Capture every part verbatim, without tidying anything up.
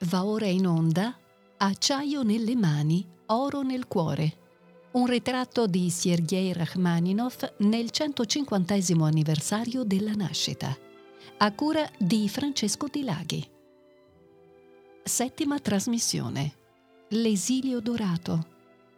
Va ora in onda Acciaio nelle mani, oro nel cuore. Un ritratto di Sergei Rachmaninov nel centocinquantesimo anniversario della nascita. A cura di Francesco Di Laghi. Settima trasmissione. L'esilio dorato.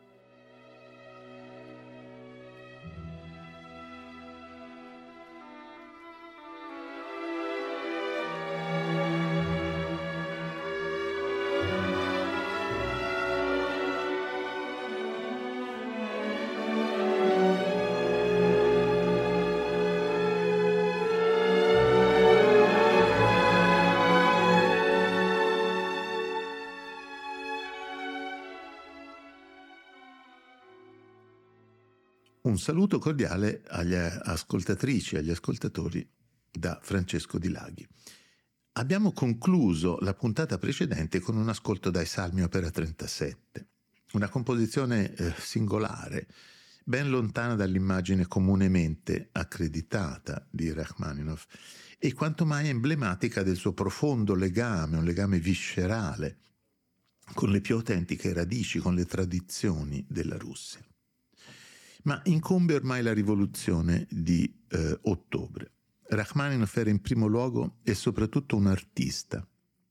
Un saluto cordiale agli ascoltatrici e agli ascoltatori da Francesco Di Laghi. Abbiamo concluso la puntata precedente con un ascolto dai Salmi opera trentasette, una composizione eh, singolare, ben lontana dall'immagine comunemente accreditata di Rachmaninov e quanto mai emblematica del suo profondo legame, un legame viscerale con le più autentiche radici, con le tradizioni della Russia. Ma incombe ormai la rivoluzione di eh, ottobre. Rachmaninov era in primo luogo e soprattutto un artista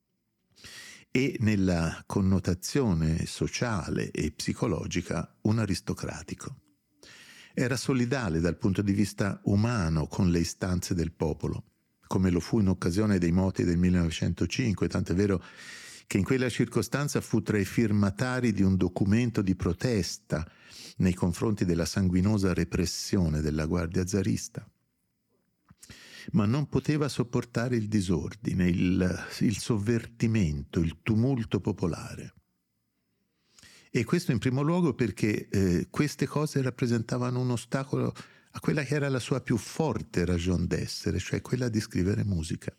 e nella connotazione sociale e psicologica un aristocratico. Era solidale dal punto di vista umano con le istanze del popolo, come lo fu in occasione dei moti del millenovecentocinque, tant'è vero che in quella circostanza fu tra i firmatari di un documento di protesta nei confronti della sanguinosa repressione della guardia zarista. Ma non poteva sopportare il disordine, il, il sovvertimento, il tumulto popolare. E questo in primo luogo perché eh, queste cose rappresentavano un ostacolo a quella che era la sua più forte ragion d'essere, cioè quella di scrivere musica.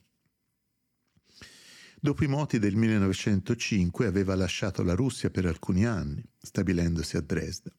Dopo i moti del millenovecentocinque aveva lasciato la Russia per alcuni anni, stabilendosi a Dresda.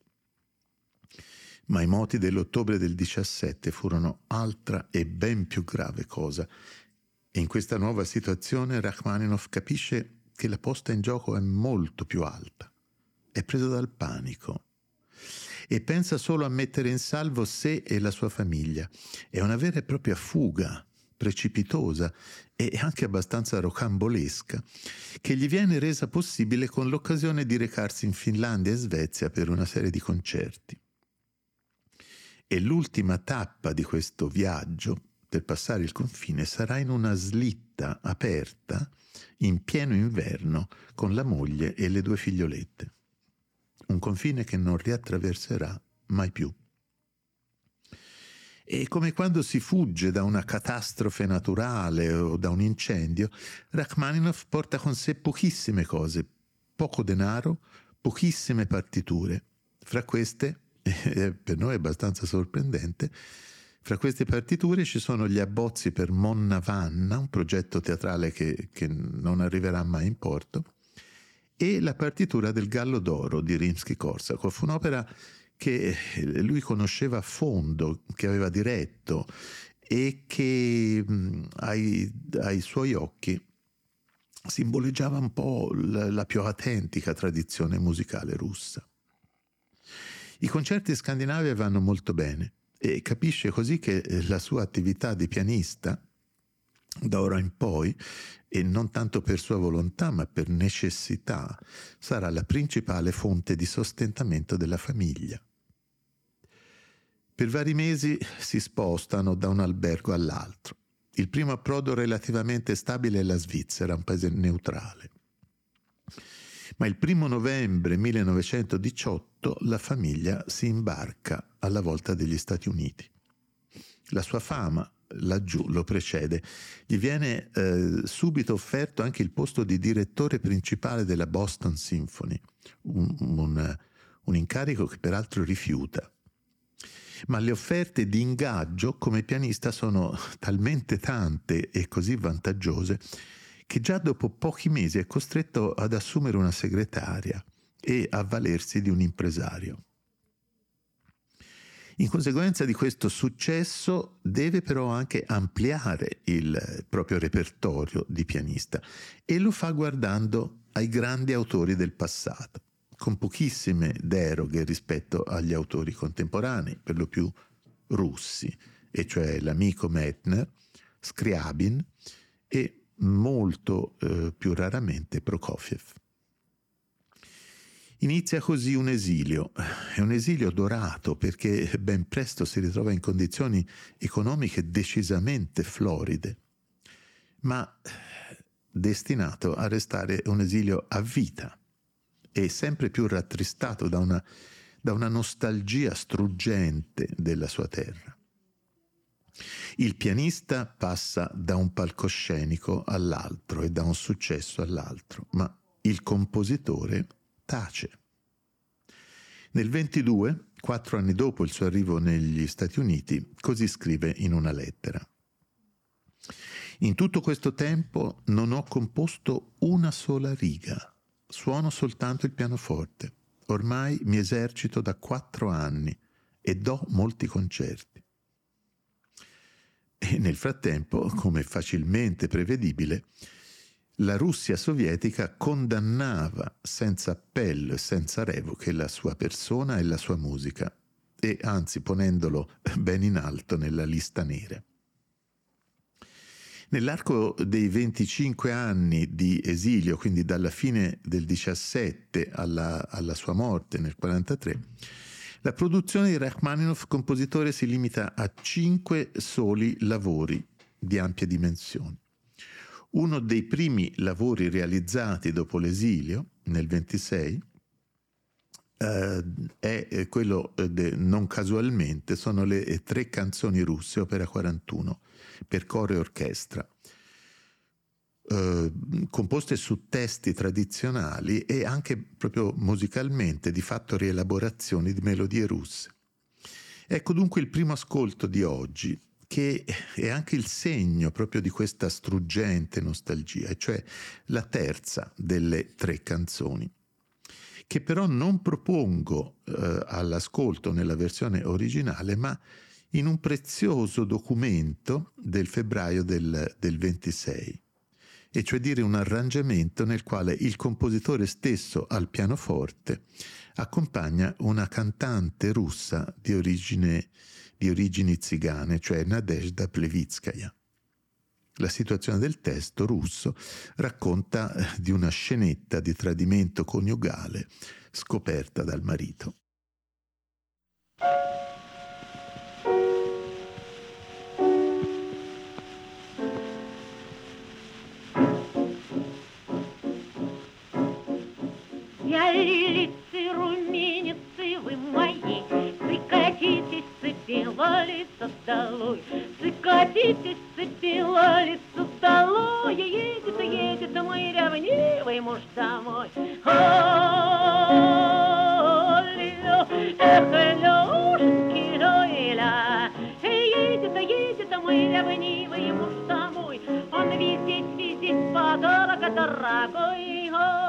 Ma i moti dell'ottobre del diciassette furono altra e ben più grave cosa. E in questa nuova situazione Rachmaninov capisce che la posta in gioco è molto più alta. È preso dal panico e pensa solo a mettere in salvo sé e la sua famiglia. È una vera e propria fuga precipitosa e anche abbastanza rocambolesca, che gli viene resa possibile con l'occasione di recarsi in Finlandia e Svezia per una serie di concerti. E l'ultima tappa di questo viaggio, per passare il confine, sarà in una slitta aperta in pieno inverno con la moglie e le due figliolette. Un confine che non riattraverserà mai più. E come quando si fugge da una catastrofe naturale o da un incendio, Rachmaninov porta con sé pochissime cose, poco denaro, pochissime partiture. Fra queste, e per noi è abbastanza sorprendente, fra queste partiture ci sono gli abbozzi per Monna Vanna, un progetto teatrale che, che non arriverà mai in porto, e la partitura del Gallo d'Oro di Rimsky-Korsakov, un'opera che lui conosceva a fondo, che aveva diretto e che mh, ai, ai suoi occhi simboleggiava un po' la, la più autentica tradizione musicale russa. I concerti scandinavi vanno molto bene e capisce così che la sua attività di pianista, da ora in poi, e non tanto per sua volontà ma per necessità, sarà la principale fonte di sostentamento della famiglia. Per vari mesi si spostano da un albergo all'altro. Il primo approdo relativamente stabile è la Svizzera, un paese neutrale. Ma il primo novembre millenovecentodiciotto la famiglia si imbarca alla volta degli Stati Uniti. La sua fama laggiù lo precede. Gli viene eh, subito offerto anche il posto di direttore principale della Boston Symphony, un, un, un incarico che peraltro rifiuta. Ma le offerte di ingaggio come pianista sono talmente tante e così vantaggiose che già dopo pochi mesi è costretto ad assumere una segretaria e a valersi di un impresario. In conseguenza di questo successo deve però anche ampliare il proprio repertorio di pianista e lo fa guardando ai grandi autori del passato, con pochissime deroghe rispetto agli autori contemporanei, per lo più russi, e cioè l'amico Medtner, Scriabin e molto eh, più raramente Prokofiev. Inizia così un esilio, è un esilio dorato perché ben presto si ritrova in condizioni economiche decisamente floride, ma destinato a restare un esilio a vita e sempre più rattristato da una, da una nostalgia struggente della sua terra. Il pianista passa da un palcoscenico all'altro e da un successo all'altro, ma il compositore tace. Nel ventidue, quattro anni dopo il suo arrivo negli Stati Uniti, così scrive in una lettera: in tutto questo tempo non ho composto una sola riga, suono soltanto il pianoforte, ormai mi esercito da quattro anni e do molti concerti. E nel frattempo, come facilmente prevedibile, la Russia sovietica condannava senza appello e senza revoche la sua persona e la sua musica, e anzi ponendolo ben in alto nella lista nera. Nell'arco dei venticinque anni di esilio, quindi dalla fine del diciassette alla, alla sua morte nel quarantatré, la produzione di Rachmaninov compositore si limita a cinque soli lavori di ampie dimensioni. Uno dei primi lavori realizzati dopo l'esilio, nel ventisei, eh, è quello, de, non casualmente, sono le tre canzoni russe, opera quarantuno, per coro e orchestra, eh, composte su testi tradizionali e anche proprio musicalmente, di fatto rielaborazioni di melodie russe. Ecco dunque il primo ascolto di oggi, che è anche il segno proprio di questa struggente nostalgia, e cioè la terza delle tre canzoni, che però non propongo eh, all'ascolto nella versione originale, ma in un prezioso documento del febbraio del, del ventisei, e cioè dire un arrangiamento nel quale il compositore stesso al pianoforte accompagna una cantante russa di origine di origini zigane, cioè Nadezhda Plevitskaya. La situazione del testo russo racconta di una scenetta di tradimento coniugale scoperta dal marito. Цепила лицо долой, цикатитесь, цепила лицо долой, едет, едет мой ревнивый муж домой. Эх, Лёшеньки, Лёля, едет, едет мой ревнивый муж домой. Он висит, висит, подарок дорогой.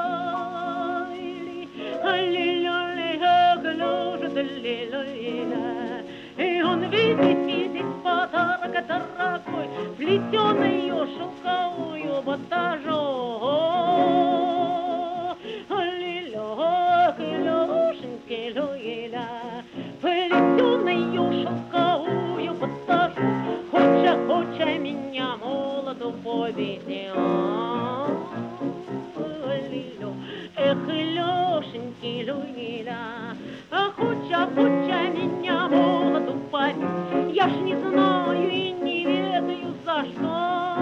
Эх, Лёша, Лёля. И он видит, видит подарок дорогой, плетеную шелковую батажу. Лилёк, Лёшеньки, Лёля, плетеную шелковую батажу, хоча, хоча меня молоду поведи. Эх, Лёшеньки, Лёля, хоча, хоча меня молоду поведи, я ж не знаю и не ведаю за что.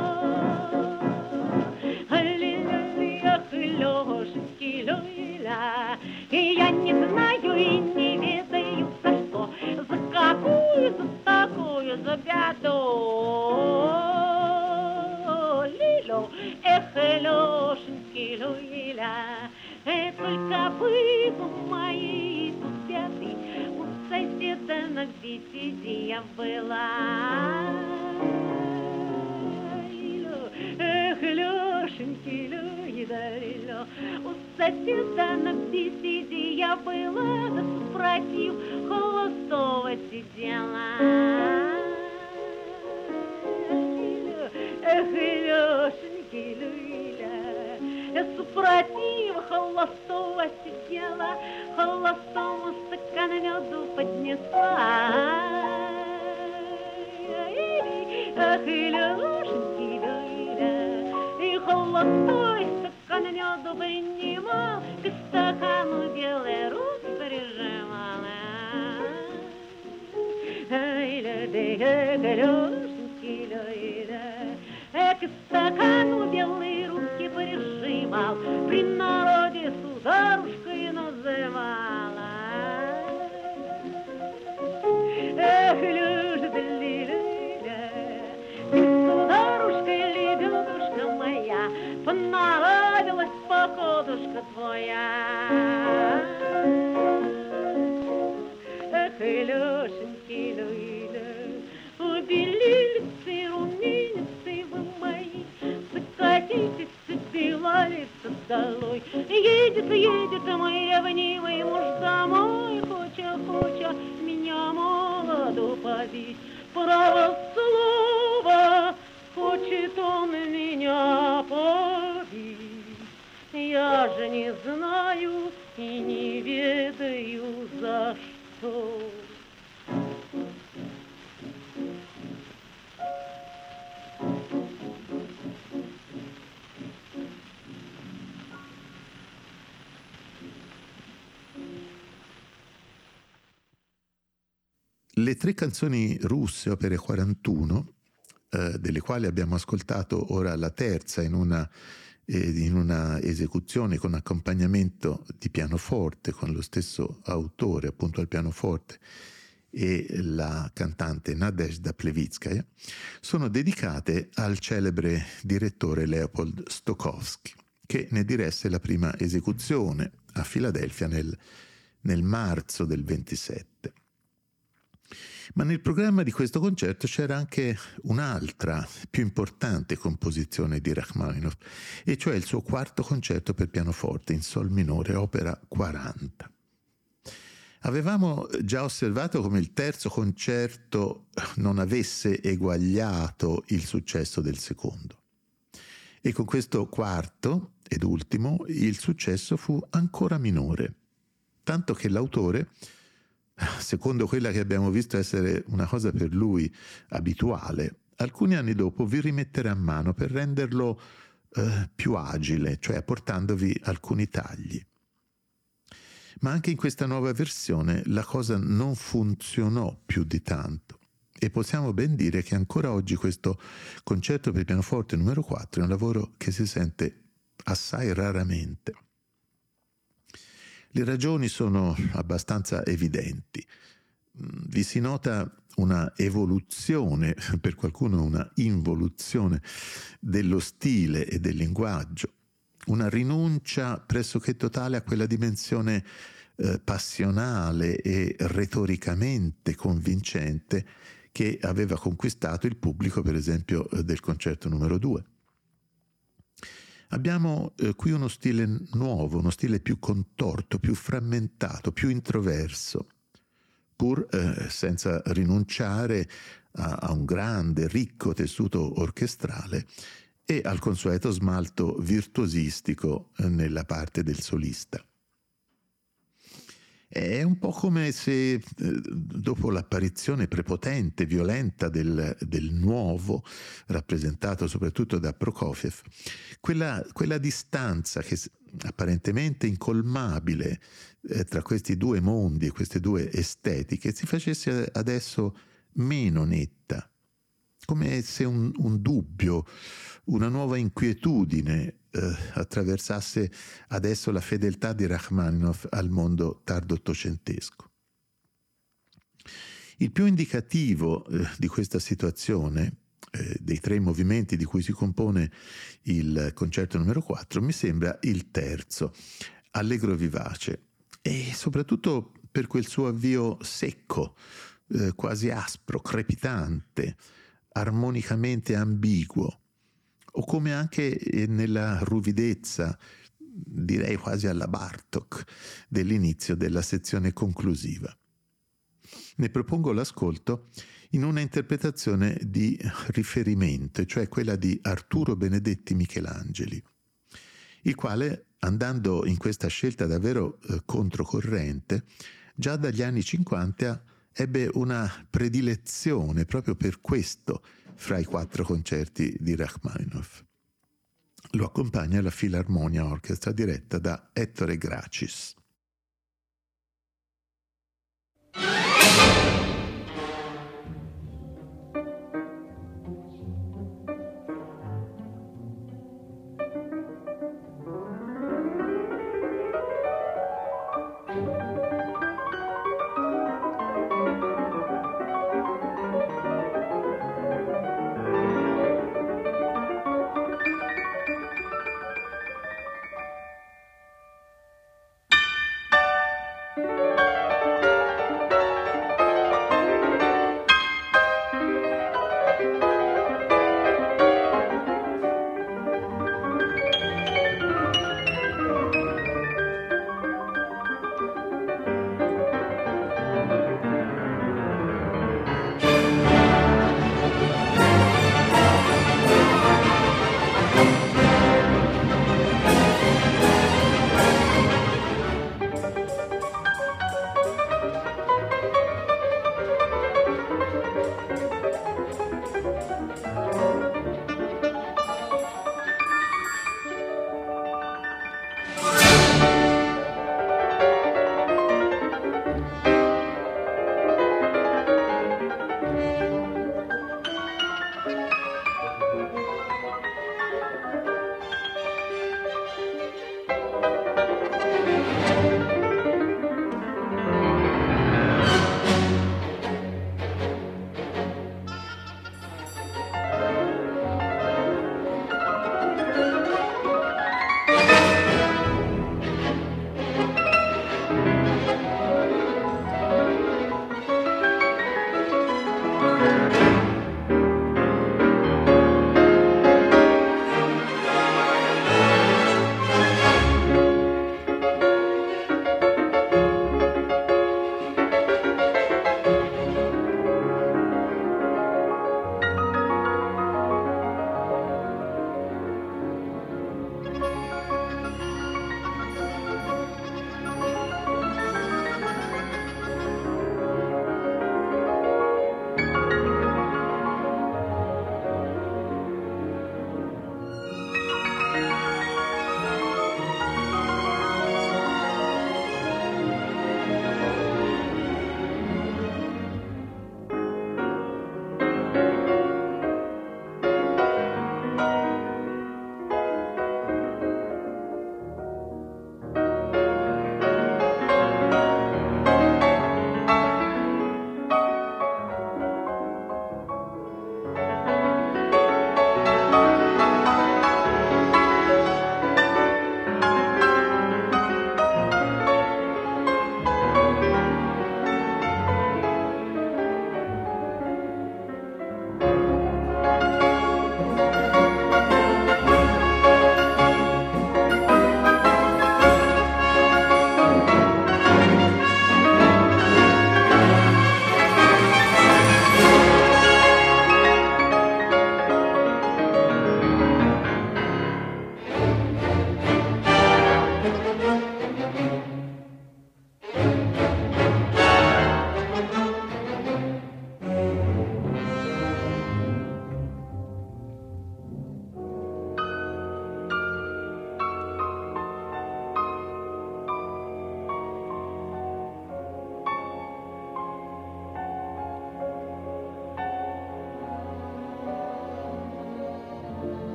Эх, Лёшеньки, Лёля, я не знаю и не ведаю за что, за какую, за такую, за беду. Лило, эх, Лёшеньки, Лёля, только бы мои тут беды, у соседа на беседе я была. Эх, Лёшеньки, Лёля, у соседа на беседе я была, да супротив холостого сидела. Эх, Лешеньки, Люля, супротив холостого сидела, холостому стакан меду поднесла. Ах, Лешеньки, Люля, и холостой стакан меду принимал, к стакану белый руки прижимала. Ай, Люля, Лешеньки, Люля, к стакану белые руки прижимал, при народе сударушкой называла. Эх, Люша, да Люля, ты сударушка, лебедушка моя, понравилась покодушка твоя. Эх, Лешеньки, Люля, белилицы, румяницы вы мои, закатитесь, белалица долой. Едет, едет мой ревнивый муж домой, хоча, хоча меня молоду побить. Право слово, хочет он меня побить. Я же не знаю и не ведаю за что. Le tre canzoni russe, opere quarantuno, eh, delle quali abbiamo ascoltato ora la terza in una, eh, in una esecuzione con accompagnamento di pianoforte, con lo stesso autore appunto al pianoforte e la cantante Nadezhda Plevitskaya, sono dedicate al celebre direttore Leopold Stokowski, che ne diresse la prima esecuzione a Filadelfia nel, nel marzo del ventisette. Ma nel programma di questo concerto c'era anche un'altra, più importante composizione di Rachmaninoff, e cioè il suo quarto concerto per pianoforte in sol minore, opera quaranta. Avevamo già osservato come il terzo concerto non avesse eguagliato il successo del secondo. E con questo quarto ed ultimo il successo fu ancora minore, tanto che l'autore, secondo quella che abbiamo visto essere una cosa per lui abituale, alcuni anni dopo vi rimetterà a mano per renderlo eh, più agile, cioè apportandovi alcuni tagli. Ma anche in questa nuova versione la cosa non funzionò più di tanto e possiamo ben dire che ancora oggi questo concerto per pianoforte numero quattro è un lavoro che si sente assai raramente. Le ragioni sono abbastanza evidenti. Vi si nota una evoluzione, per qualcuno una involuzione dello stile e del linguaggio, una rinuncia pressoché totale a quella dimensione eh, passionale e retoricamente convincente che aveva conquistato il pubblico, per esempio, del concerto numero due. Abbiamo eh, qui uno stile nuovo, uno stile più contorto, più frammentato, più introverso, pur eh, senza rinunciare a, a un grande, ricco tessuto orchestrale e al consueto smalto virtuosistico eh, nella parte del solista. È un po' come se eh, dopo l'apparizione prepotente, violenta del, del nuovo, rappresentato soprattutto da Prokofiev, quella, quella distanza che apparentemente incolmabile eh, tra questi due mondi e queste due estetiche si facesse adesso meno netta, come se un, un dubbio, una nuova inquietudine eh, attraversasse adesso la fedeltà di Rachmaninoff al mondo tardo ottocentesco. Il più indicativo eh, di questa situazione, eh, dei tre movimenti di cui si compone il concerto numero quattro, mi sembra il terzo, allegro vivace, e soprattutto per quel suo avvio secco, eh, quasi aspro, crepitante, armonicamente ambiguo, o come anche nella ruvidezza direi quasi alla Bartók dell'inizio della sezione conclusiva. Ne propongo l'ascolto in una interpretazione di riferimento, cioè quella di Arturo Benedetti Michelangeli, il quale, andando in questa scelta davvero eh, controcorrente, già dagli anni cinquanta ebbe una predilezione proprio per questo fra i quattro concerti di Rachmaninoff. Lo accompagna la Filarmonia Orchestra diretta da Ettore Gracis.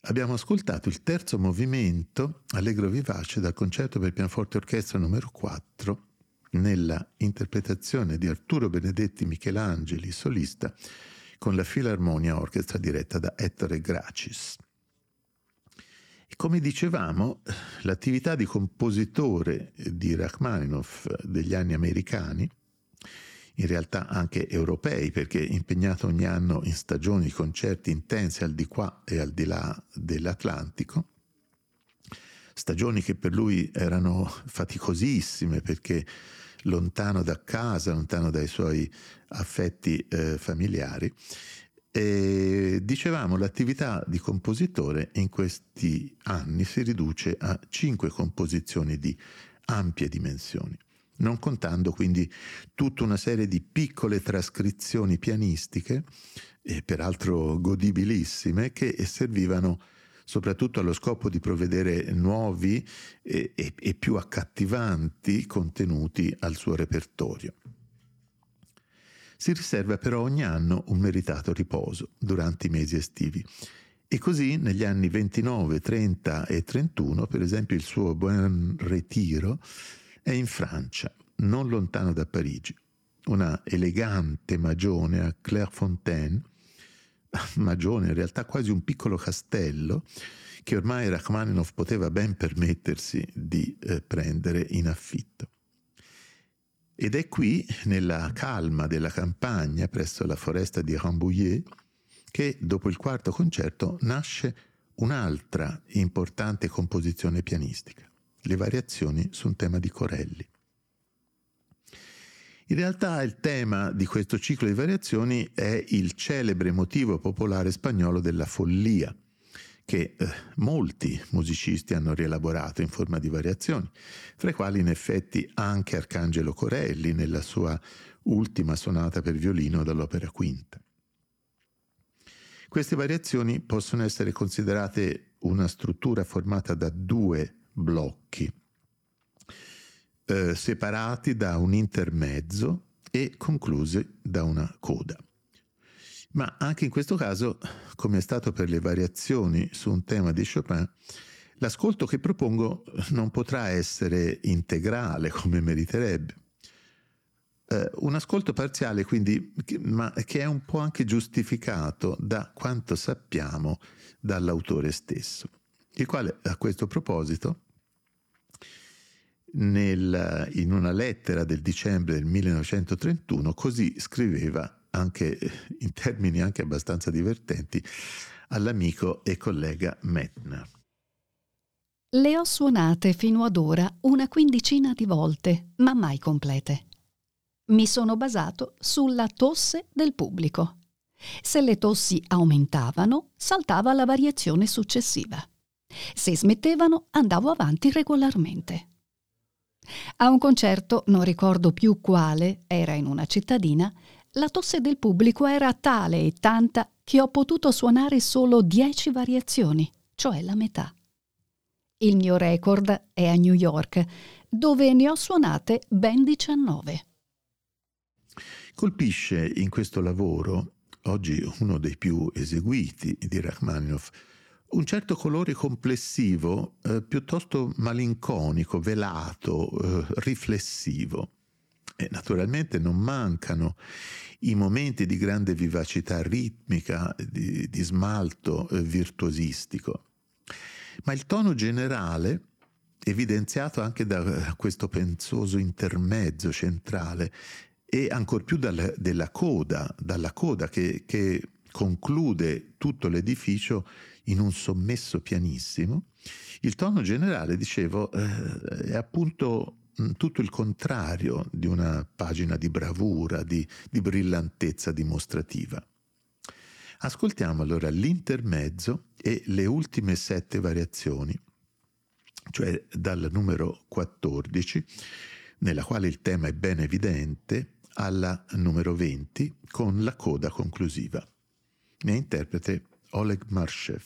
Abbiamo ascoltato il terzo movimento, allegro vivace, dal concerto per pianoforte e orchestra numero quattro, nella interpretazione di Arturo Benedetti Michelangeli, solista, con la Filarmonia Orchestra diretta da Ettore Gracis. E come dicevamo, l'attività di compositore di Rachmaninoff degli anni americani, in realtà anche europei, perché impegnato ogni anno in stagioni di concerti intensi al di qua e al di là dell'Atlantico, stagioni che per lui erano faticosissime perché lontano da casa, lontano dai suoi affetti eh, familiari. E dicevamo, l'attività di compositore in questi anni si riduce a cinque composizioni di ampie dimensioni, non contando quindi tutta una serie di piccole trascrizioni pianistiche, e peraltro godibilissime, che servivano soprattutto allo scopo di provvedere nuovi e, e, e più accattivanti contenuti al suo repertorio. Si riserva però ogni anno un meritato riposo durante i mesi estivi. E così negli anni ventinove, trenta e trentuno, per esempio, il suo Buon Retiro è in Francia, non lontano da Parigi. Una elegante magione a Clairefontaine, magione in realtà quasi un piccolo castello, che ormai Rachmaninoff poteva ben permettersi di eh, prendere in affitto. Ed è qui, nella calma della campagna presso la foresta di Rambouillet, che dopo il quarto concerto nasce un'altra importante composizione pianistica, le variazioni su un tema di Corelli. In realtà il tema di questo ciclo di variazioni è il celebre motivo popolare spagnolo della follia, che eh, molti musicisti hanno rielaborato in forma di variazioni, fra i quali in effetti anche Arcangelo Corelli nella sua ultima sonata per violino dall'opera quinta. Queste variazioni possono essere considerate una struttura formata da due blocchi, eh, separati da un intermezzo e conclusi da una coda. Ma anche in questo caso, come è stato per le variazioni su un tema di Chopin, l'ascolto che propongo non potrà essere integrale come meriterebbe. Eh, un ascolto parziale, quindi, che, ma che è un po' anche giustificato da quanto sappiamo dall'autore stesso, il quale a questo proposito, nel, in una lettera del dicembre del millenovecentotrentuno, così scriveva, anche in termini anche abbastanza divertenti, all'amico e collega Mettner. Le ho suonate fino ad ora una quindicina di volte, ma mai complete. Mi sono basato sulla tosse del pubblico. Se le tossi aumentavano, saltava la variazione successiva. Se smettevano, andavo avanti regolarmente. A un concerto, non ricordo più quale, era in una cittadina, la tosse del pubblico era tale e tanta che ho potuto suonare solo dieci variazioni, cioè la metà. Il mio record è a New York, dove ne ho suonate ben diciannove. Colpisce in questo lavoro, oggi uno dei più eseguiti di Rachmaninoff, un certo colore complessivo, eh, piuttosto malinconico, velato, eh, riflessivo. E naturalmente non mancano i momenti di grande vivacità ritmica, di, di smalto eh, virtuosistico. Ma il tono generale, evidenziato anche da questo pensoso intermezzo centrale e ancor più dalla, della coda, dalla coda che, che conclude tutto l'edificio in un sommesso pianissimo, il tono generale, dicevo, eh, è appunto tutto il contrario di una pagina di bravura, di, di brillantezza dimostrativa. Ascoltiamo allora l'intermezzo e le ultime sette variazioni, cioè dal numero quattordici, nella quale il tema è ben evidente, alla numero venti, con la coda conclusiva. Ne è interprete Oleg Marshev.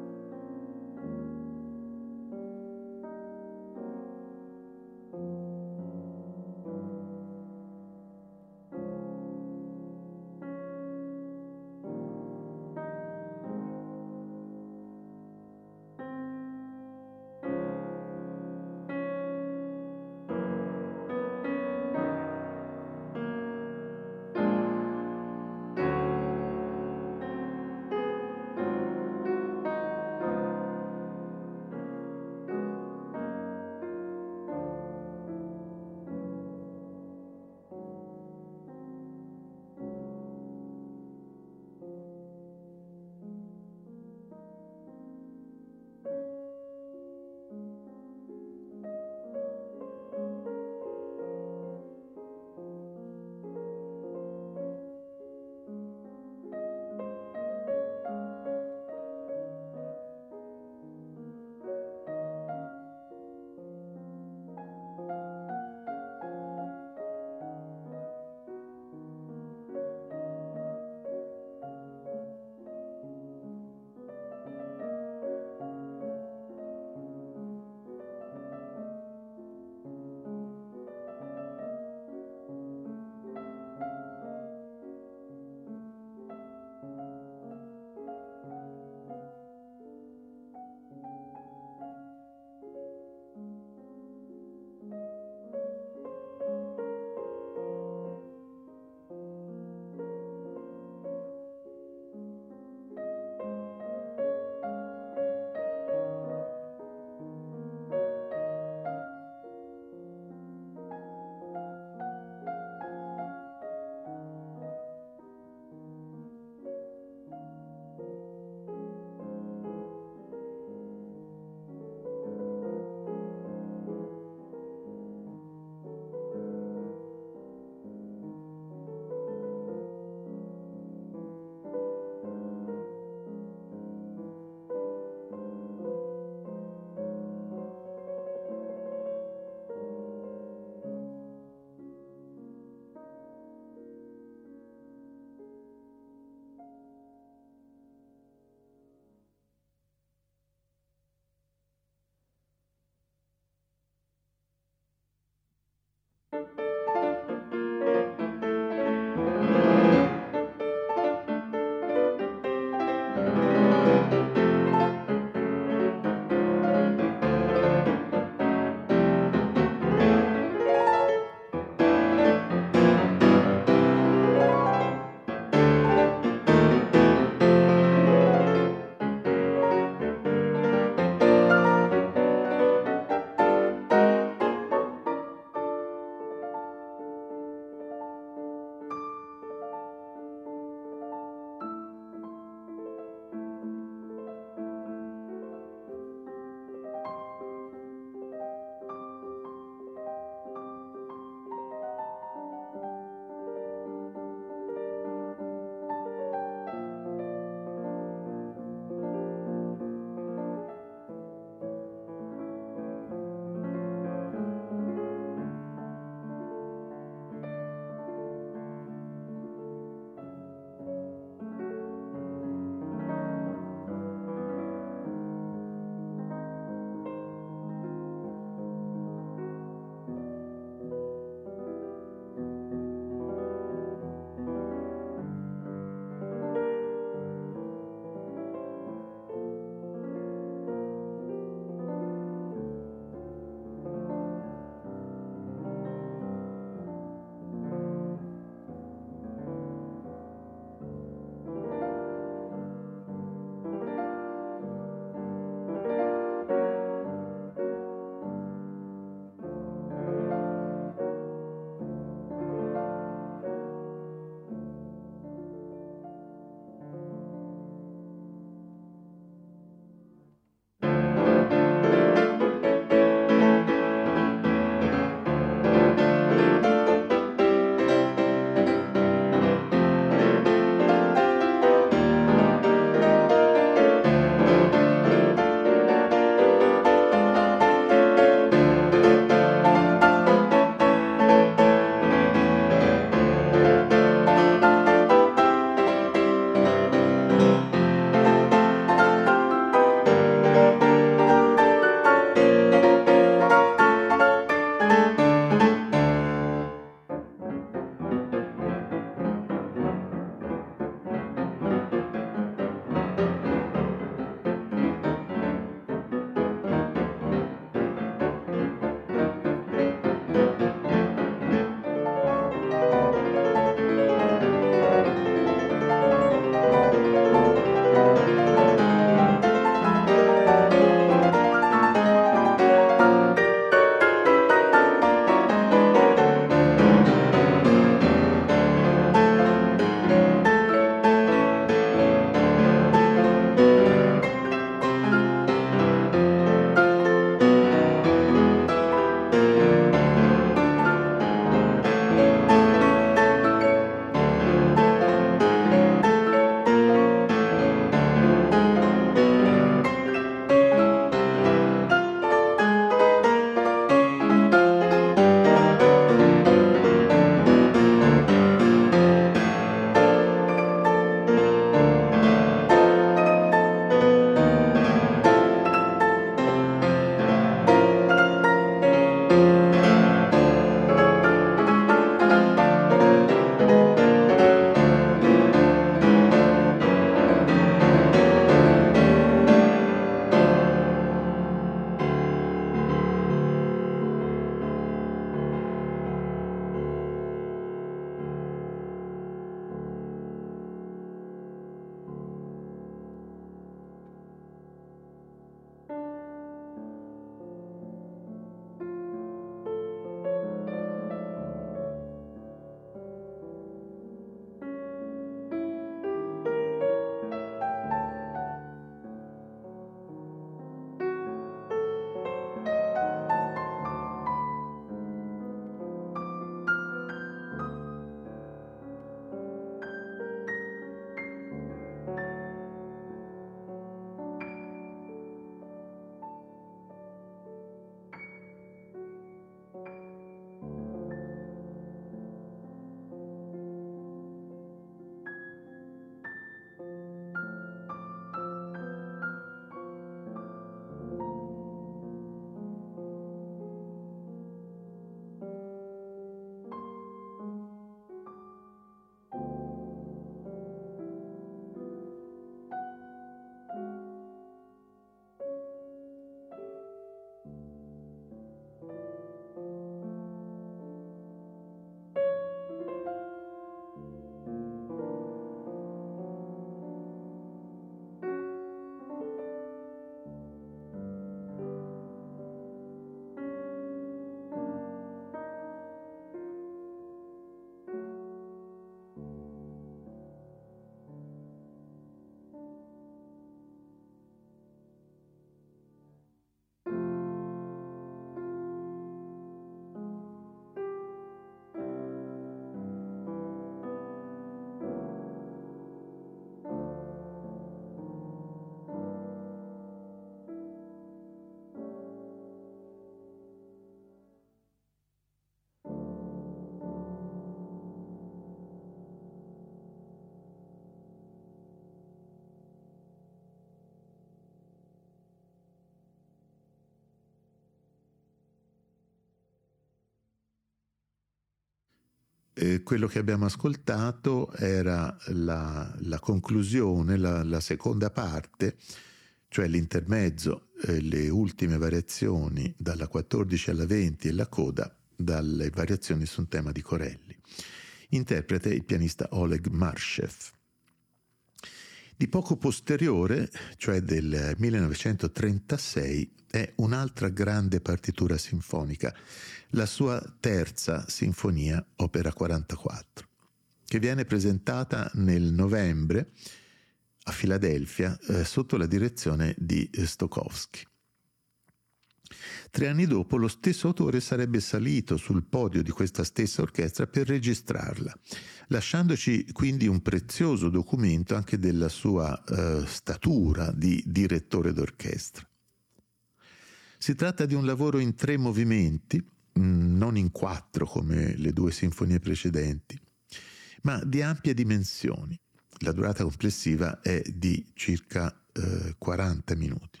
eh, quello che abbiamo ascoltato era la, la conclusione, la, la seconda parte, cioè l'intermezzo, eh, le ultime variazioni dalla quattordici alla venti e la coda dalle variazioni su un tema di Corelli. Interprete il pianista Oleg Marshev. Di poco posteriore, cioè del millenovecentotrentasei, è un'altra grande partitura sinfonica, la sua terza sinfonia, opera quarantaquattro, che viene presentata nel novembre a Filadelfia eh, sotto la direzione di Stokowski. Tre anni dopo lo stesso autore sarebbe salito sul podio di questa stessa orchestra per registrarla, lasciandoci quindi un prezioso documento anche della sua eh, statura di direttore d'orchestra. Si tratta di un lavoro in tre movimenti, mh, non in quattro come le due sinfonie precedenti, ma di ampie dimensioni. La durata complessiva è di circa eh, quaranta minuti.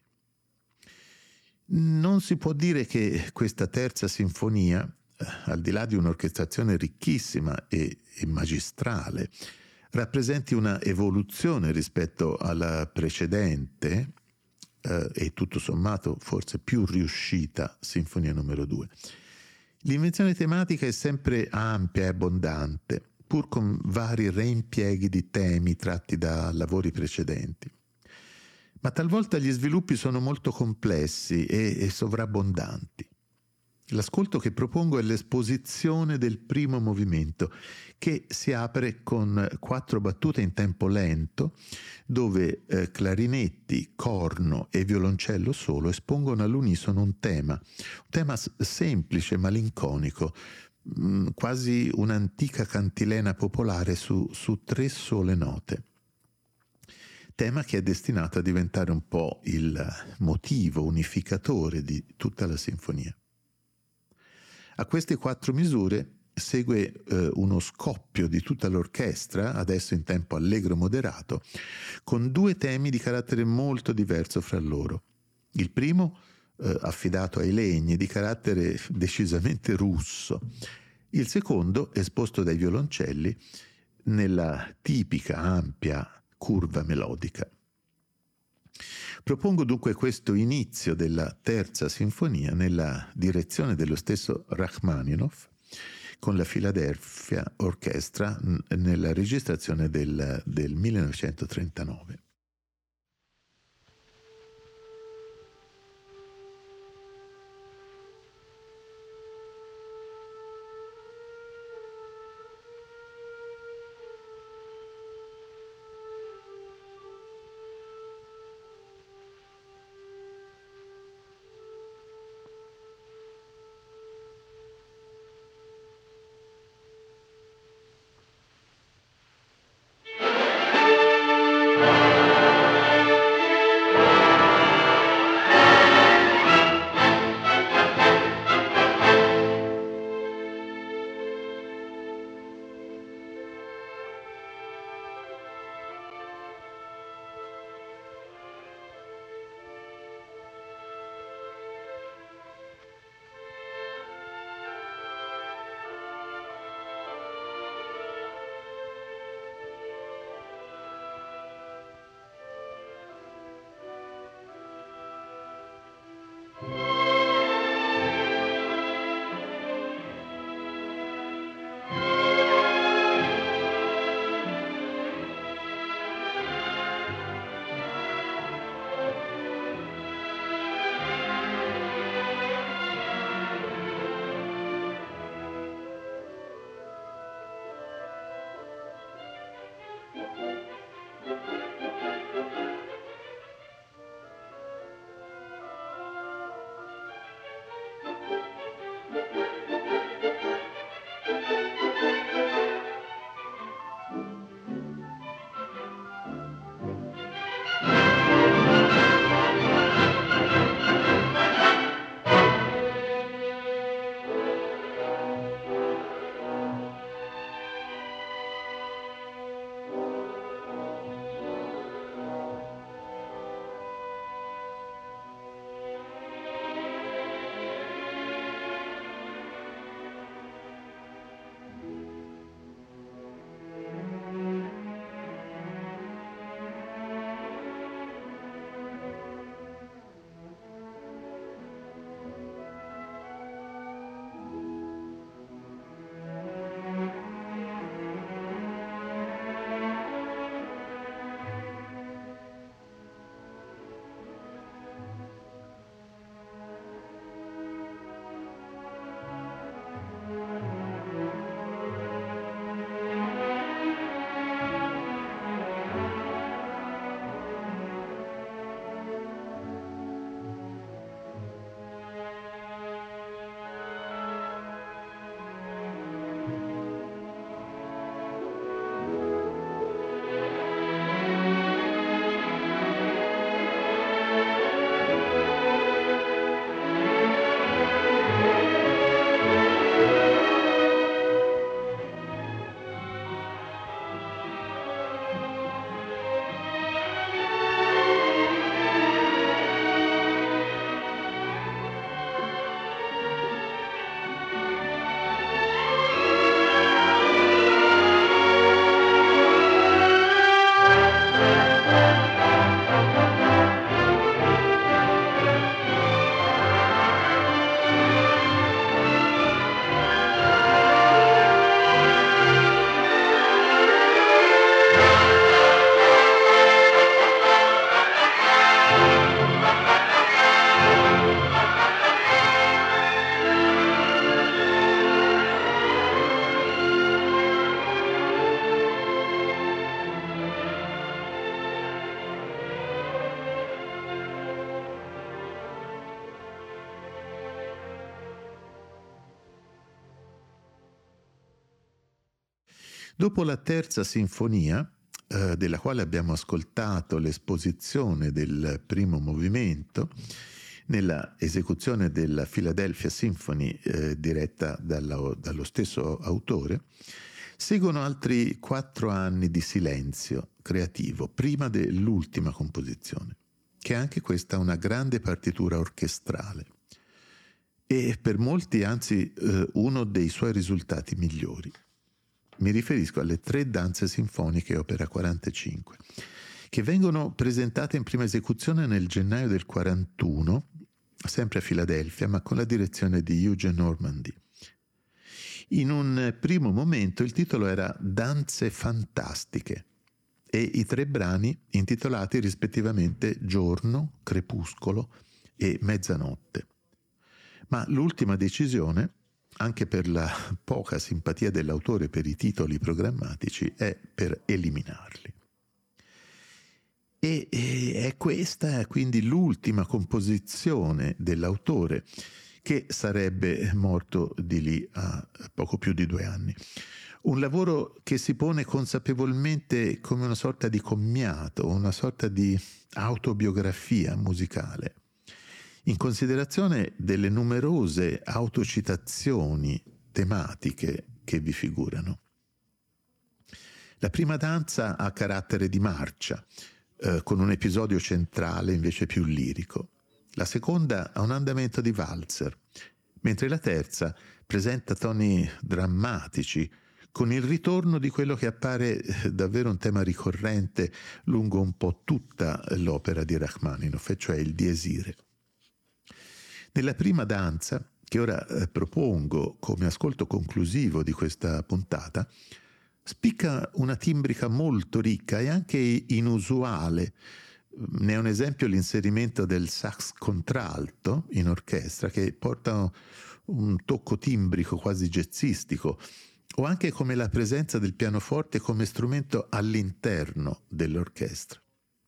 Non si può dire che questa terza sinfonia, eh, al di là di un'orchestrazione ricchissima e, e magistrale, rappresenti una evoluzione rispetto alla precedente eh, e tutto sommato forse più riuscita sinfonia numero due. L'invenzione tematica è sempre ampia e abbondante, pur con vari reimpieghi di temi tratti da lavori precedenti. Ma talvolta gli sviluppi sono molto complessi e, e sovrabbondanti. L'ascolto che propongo è l'esposizione del primo movimento, che si apre con quattro battute in tempo lento, dove eh, clarinetti, corno e violoncello solo espongono all'unisono un tema, un tema s- semplice, malinconico, mh, quasi un'antica cantilena popolare su, su tre sole note. Tema che è destinato a diventare un po' il motivo unificatore di tutta la sinfonia. A queste quattro misure segue eh, uno scoppio di tutta l'orchestra, adesso in tempo allegro moderato, con due temi di carattere molto diverso fra loro. Il primo, eh, affidato ai legni, di carattere decisamente russo. Il secondo, esposto dai violoncelli, nella tipica ampia curva melodica. Propongo dunque questo inizio della terza sinfonia nella direzione dello stesso Rachmaninoff con la Philadelphia Orchestra nella registrazione del, del millenovecentotrentanove. Dopo la terza sinfonia, eh, della quale abbiamo ascoltato l'esposizione del primo movimento, nella esecuzione della Philadelphia Symphony eh, diretta dalla, dallo stesso autore, seguono altri quattro anni di silenzio creativo prima dell'ultima composizione, che è anche questa una grande partitura orchestrale e per molti anzi eh, uno dei suoi risultati migliori. Mi riferisco alle tre danze sinfoniche opera quarantacinque, che vengono presentate in prima esecuzione nel gennaio del quarantuno, sempre a Filadelfia, ma con la direzione di Eugene Ormandy. In un primo momento il titolo era Danze fantastiche e i tre brani intitolati rispettivamente Giorno, Crepuscolo e Mezzanotte. Ma l'ultima decisione, anche per la poca simpatia dell'autore per i titoli programmatici, è per eliminarli. E, e è questa quindi l'ultima composizione dell'autore, che sarebbe morto di lì a poco più di due anni. Un lavoro che si pone consapevolmente come una sorta di commiato, una sorta di autobiografia musicale, in considerazione delle numerose autocitazioni tematiche che vi figurano. La prima danza ha carattere di marcia, eh, con un episodio centrale invece più lirico. La seconda ha un andamento di valzer, mentre la terza presenta toni drammatici, con il ritorno di quello che appare davvero un tema ricorrente lungo un po' tutta l'opera di Rachmaninoff, cioè il diesire. Nella prima danza, che ora eh, propongo come ascolto conclusivo di questa puntata, spicca una timbrica molto ricca e anche inusuale. Ne è un esempio l'inserimento del sax contralto in orchestra, che porta un tocco timbrico quasi jazzistico, o anche come la presenza del pianoforte come strumento all'interno dell'orchestra.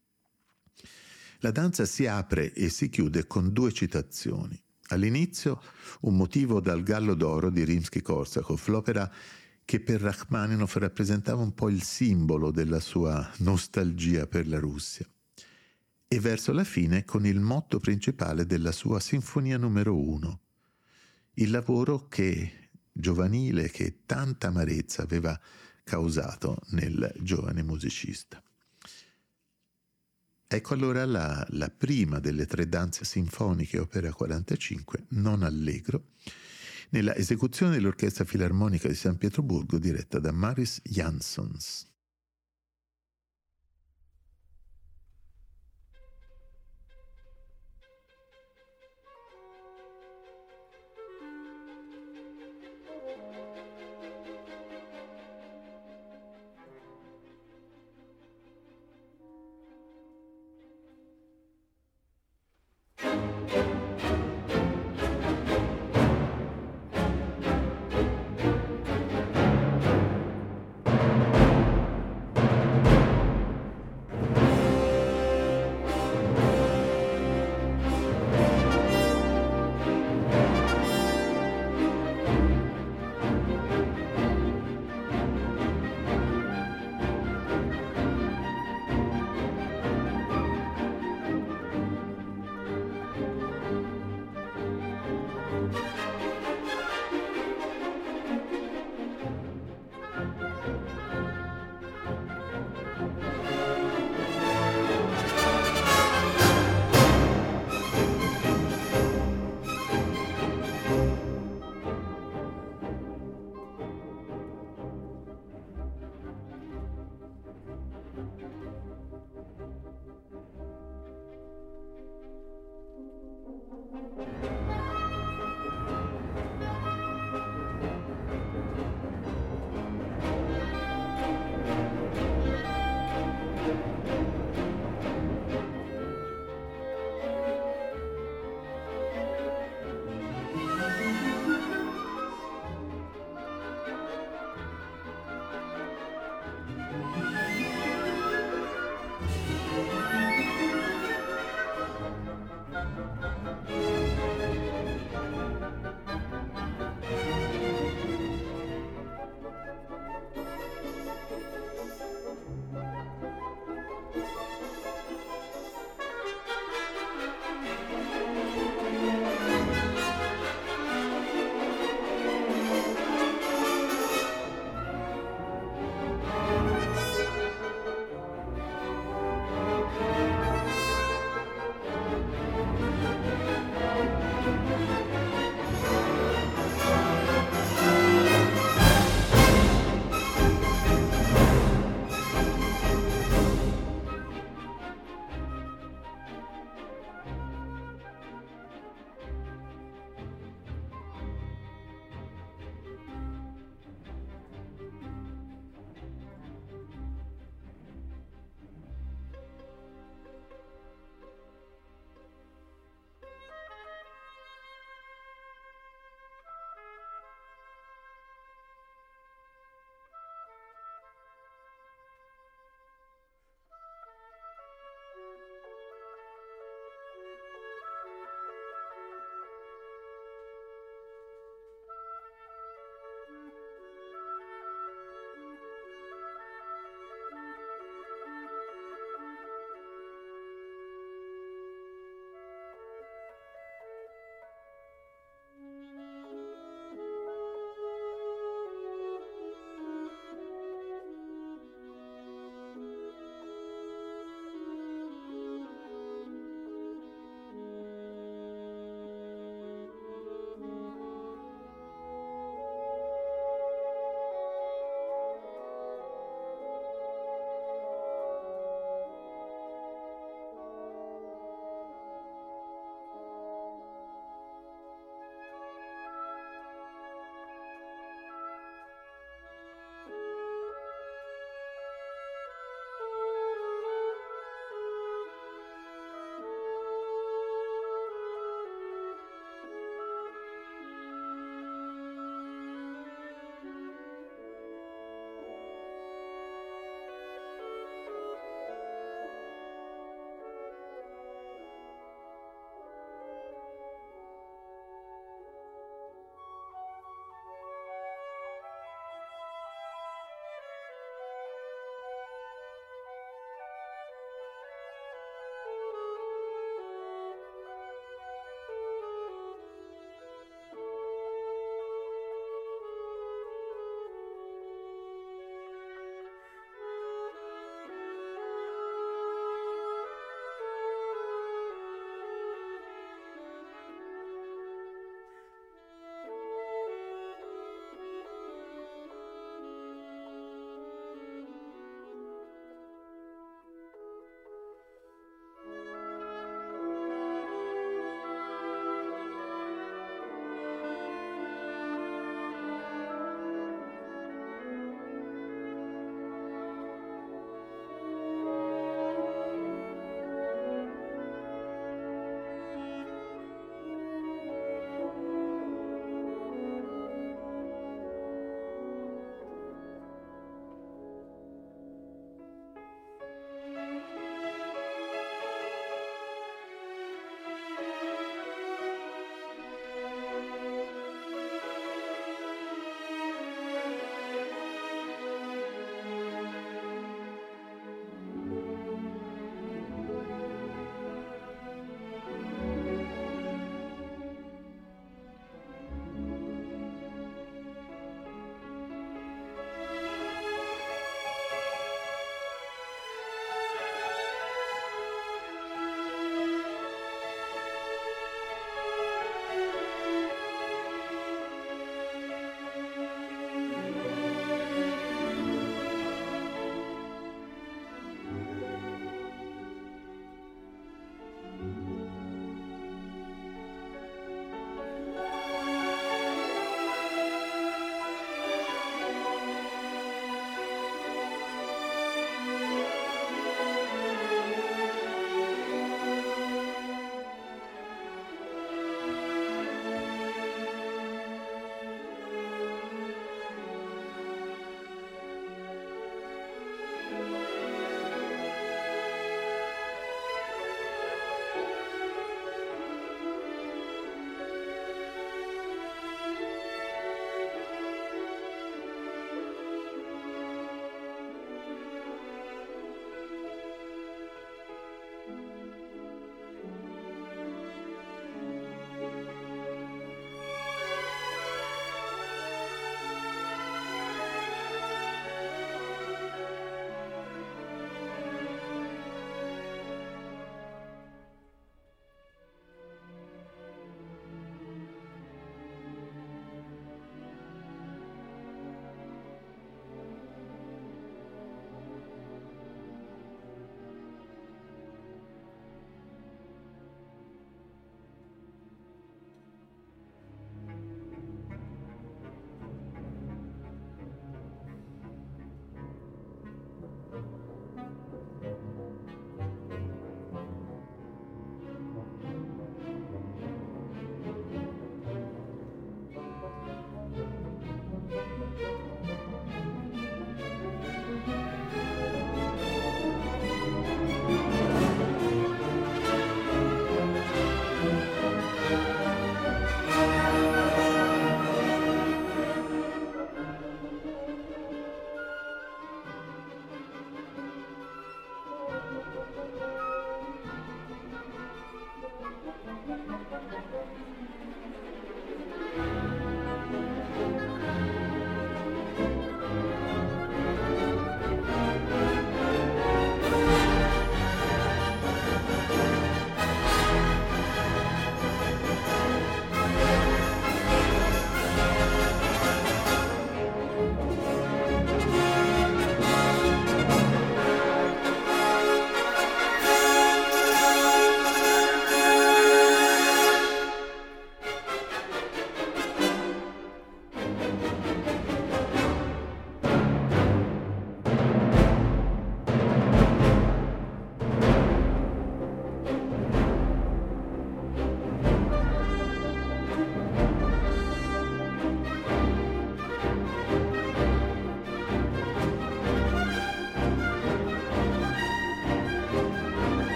La danza si apre e si chiude con due citazioni. All'inizio un motivo dal Gallo d'Oro di Rimsky-Korsakov, l'opera che per Rachmaninoff rappresentava un po' il simbolo della sua nostalgia per la Russia. E verso la fine con il motto principale della sua Sinfonia numero uno, il lavoro che giovanile che tanta amarezza aveva causato nel giovane musicista. Ecco allora la, la prima delle tre danze sinfoniche opera quarantacinque, non allegro, nella esecuzione dell'Orchestra Filarmonica di San Pietroburgo diretta da Mariss Jansons.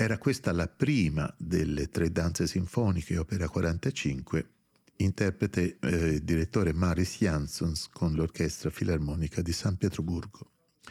Era questa la prima delle tre danze sinfoniche, opera quarantacinque, interprete eh, direttore Maris Jansons con l'Orchestra Filarmonica di San Pietroburgo.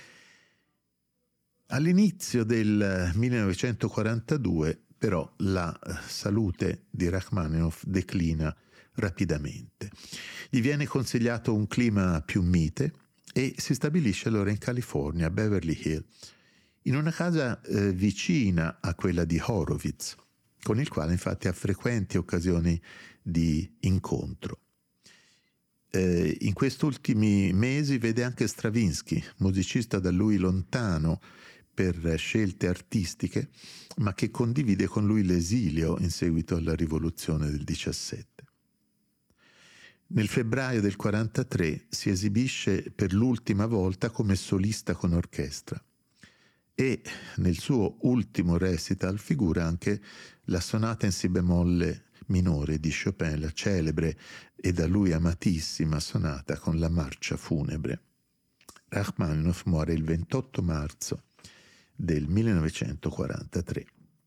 All'inizio del millenovecentoquarantadue, però, la salute di Rachmaninoff declina rapidamente. Gli viene consigliato un clima più mite e si stabilisce allora in California, a Beverly Hills, in una casa eh, vicina a quella di Horowitz, con il quale infatti ha frequenti occasioni di incontro. Eh, in questi ultimi mesi vede anche Stravinsky, musicista da lui lontano per scelte artistiche, ma che condivide con lui l'esilio in seguito alla rivoluzione del diciassette. Nel febbraio del quarantatré si esibisce per l'ultima volta come solista con orchestra e nel suo ultimo recital figura anche la sonata in si bemolle minore di Chopin, la celebre e da lui amatissima sonata con la marcia funebre. Rachmaninoff muore il ventotto marzo del millenovecentoquarantatré.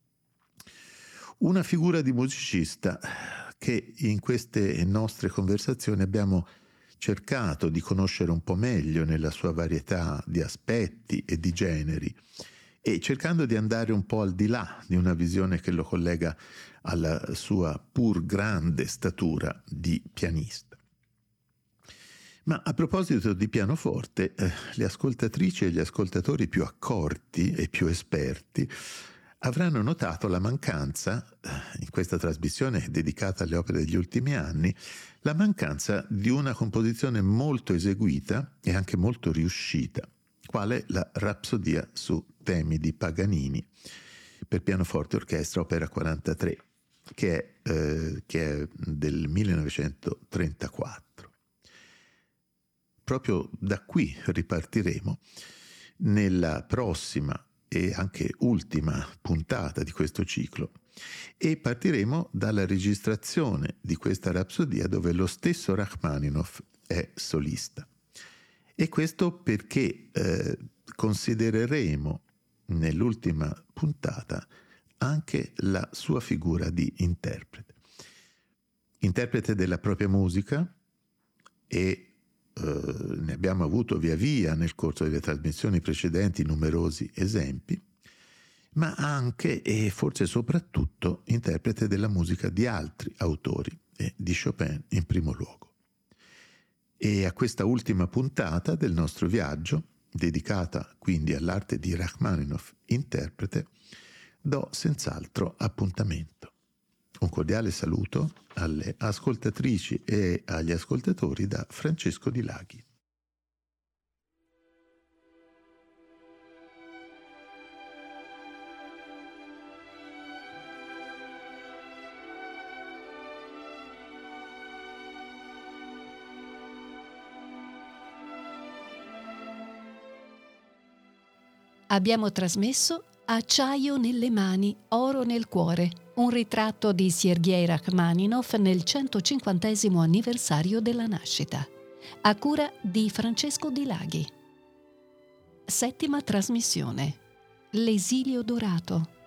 Una figura di musicista che in queste nostre conversazioni abbiamo cercato di conoscere un po' meglio nella sua varietà di aspetti e di generi, e cercando di andare un po' al di là di una visione che lo collega alla sua pur grande statura di pianista. Ma a proposito di pianoforte, eh, le ascoltatrici e gli ascoltatori più accorti e più esperti avranno notato la mancanza, in questa trasmissione dedicata alle opere degli ultimi anni, la mancanza di una composizione molto eseguita e anche molto riuscita, quale la Rapsodia su temi di Paganini per pianoforte e orchestra, opera quarantatré, che è, eh, che è del millenovecentotrentaquattro. Proprio da qui ripartiremo nella prossima e anche ultima puntata di questo ciclo, e partiremo dalla registrazione di questa rapsodia dove lo stesso Rachmaninoff è solista. E questo perché eh, considereremo nell'ultima puntata anche la sua figura di interprete. Interprete della propria musica, e Uh, ne abbiamo avuto via via nel corso delle trasmissioni precedenti numerosi esempi, ma anche e forse soprattutto interprete della musica di altri autori, e di Chopin in primo luogo. E a questa ultima puntata del nostro viaggio, dedicata quindi all'arte di Rachmaninoff interprete, do senz'altro appuntamento. Un cordiale saluto alle ascoltatrici e agli ascoltatori da Francesco Di Laghi. Abbiamo trasmesso Acciaio nelle mani, oro nel cuore, un ritratto di Sergei Rachmaninoff nel centocinquantesimo anniversario della nascita, a cura di Francesco Di Laghi. Settima trasmissione. L'esilio dorato.